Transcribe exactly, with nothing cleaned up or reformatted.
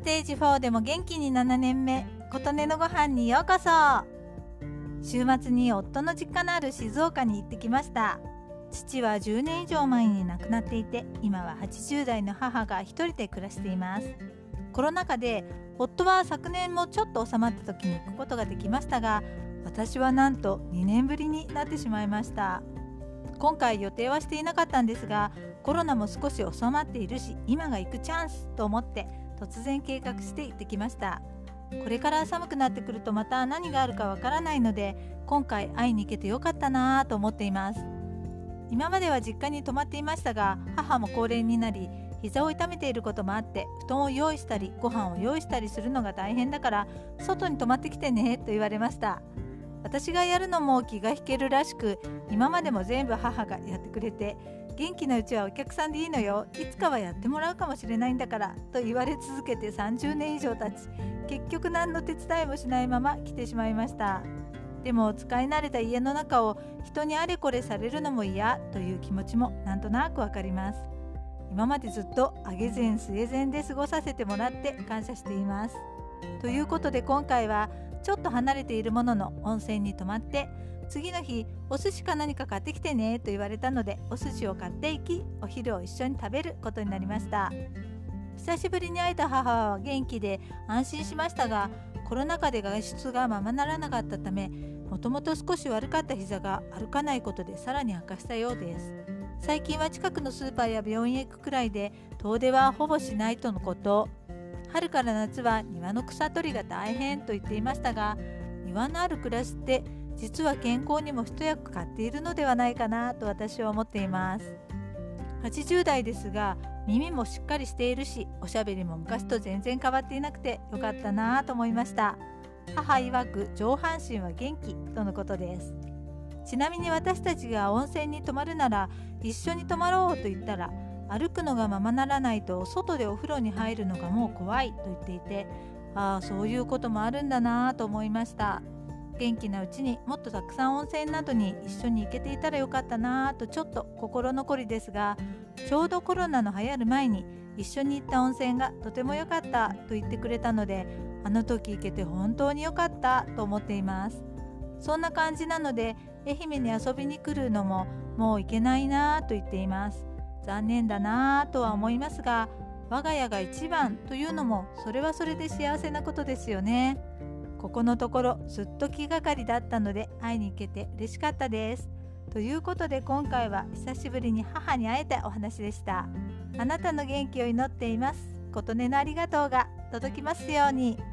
ステージフォーでも元気にななねんめ、琴音のご飯にようこそ。週末に夫の実家のある静岡に行ってきました。父はじゅうねん以上前に亡くなっていて、今ははちじゅう代の母が一人で暮らしています。コロナ禍で夫は昨年もちょっと収まった時に行くことができましたが、私はなんとにねんぶりになってしまいました。今回予定はしていなかったんですが、コロナも少し収まっているし、今が行くチャンスと思って突然計画して行ってきました。これから寒くなってくるとまた何があるかわからないので、今回会いに行けてよかったなぁと思っています。今までは実家に泊まっていましたが、母も高齢になり膝を痛めていることもあって、布団を用意したりご飯を用意したりするのが大変だから外に泊まってきてねと言われました。私がやるのも気が引けるらしく、今までも全部母がやってくれて、元気なうちはお客さんでいいのよ、いつかはやってもらうかもしれないんだからと言われ続けてさんじゅうねん以上経ち、結局何の手伝いもしないまま来てしまいました。でも使い慣れた家の中を人にあれこれされるのも嫌という気持ちもなんとなくわかります。今までずっと上げ膳据え膳で過ごさせてもらって感謝しています。ということで今回はちょっと離れているものの温泉に泊まって、次の日お寿司か何か買ってきてねと言われたので、お寿司を買っていき、お昼を一緒に食べることになりました。久しぶりに会えた母は元気で安心しましたが、コロナ禍で外出がままならなかったため、もともと少し悪かった膝が歩かないことでさらに悪化したようです。最近は近くのスーパーや病院へ行くくらいで、遠出はほぼしないとのこと。春から夏は庭の草取りが大変と言っていましたが、庭のある暮らしって実は健康にも一役買っているのではないかなと私は思っています。はちじゅう代ですが耳もしっかりしているし、おしゃべりも昔と全然変わっていなくてよかったなと思いました。母曰く上半身は元気とのことです。ちなみに私たちが温泉に泊まるなら一緒に泊まろうと言ったら、歩くのがままならないと外でお風呂に入るのがもう怖いと言っていて、ああそういうこともあるんだなと思いました。元気なうちにもっとたくさん温泉などに一緒に行けていたらよかったなとちょっと心残りですが、ちょうどコロナの流行る前に一緒に行った温泉がとても良かったと言ってくれたので、あの時行けて本当に良かったと思っています。そんな感じなので愛媛に遊びに来るのももう行けないなと言っています。残念だなぁとは思いますが、我が家が一番というのもそれはそれで幸せなことですよね。ここのところずっと気がかりだったので会いに行けて嬉しかったです。ということで今回は久しぶりに母に会えたお話でした。あなたの元気を祈っています。琴音のありがとうが届きますように。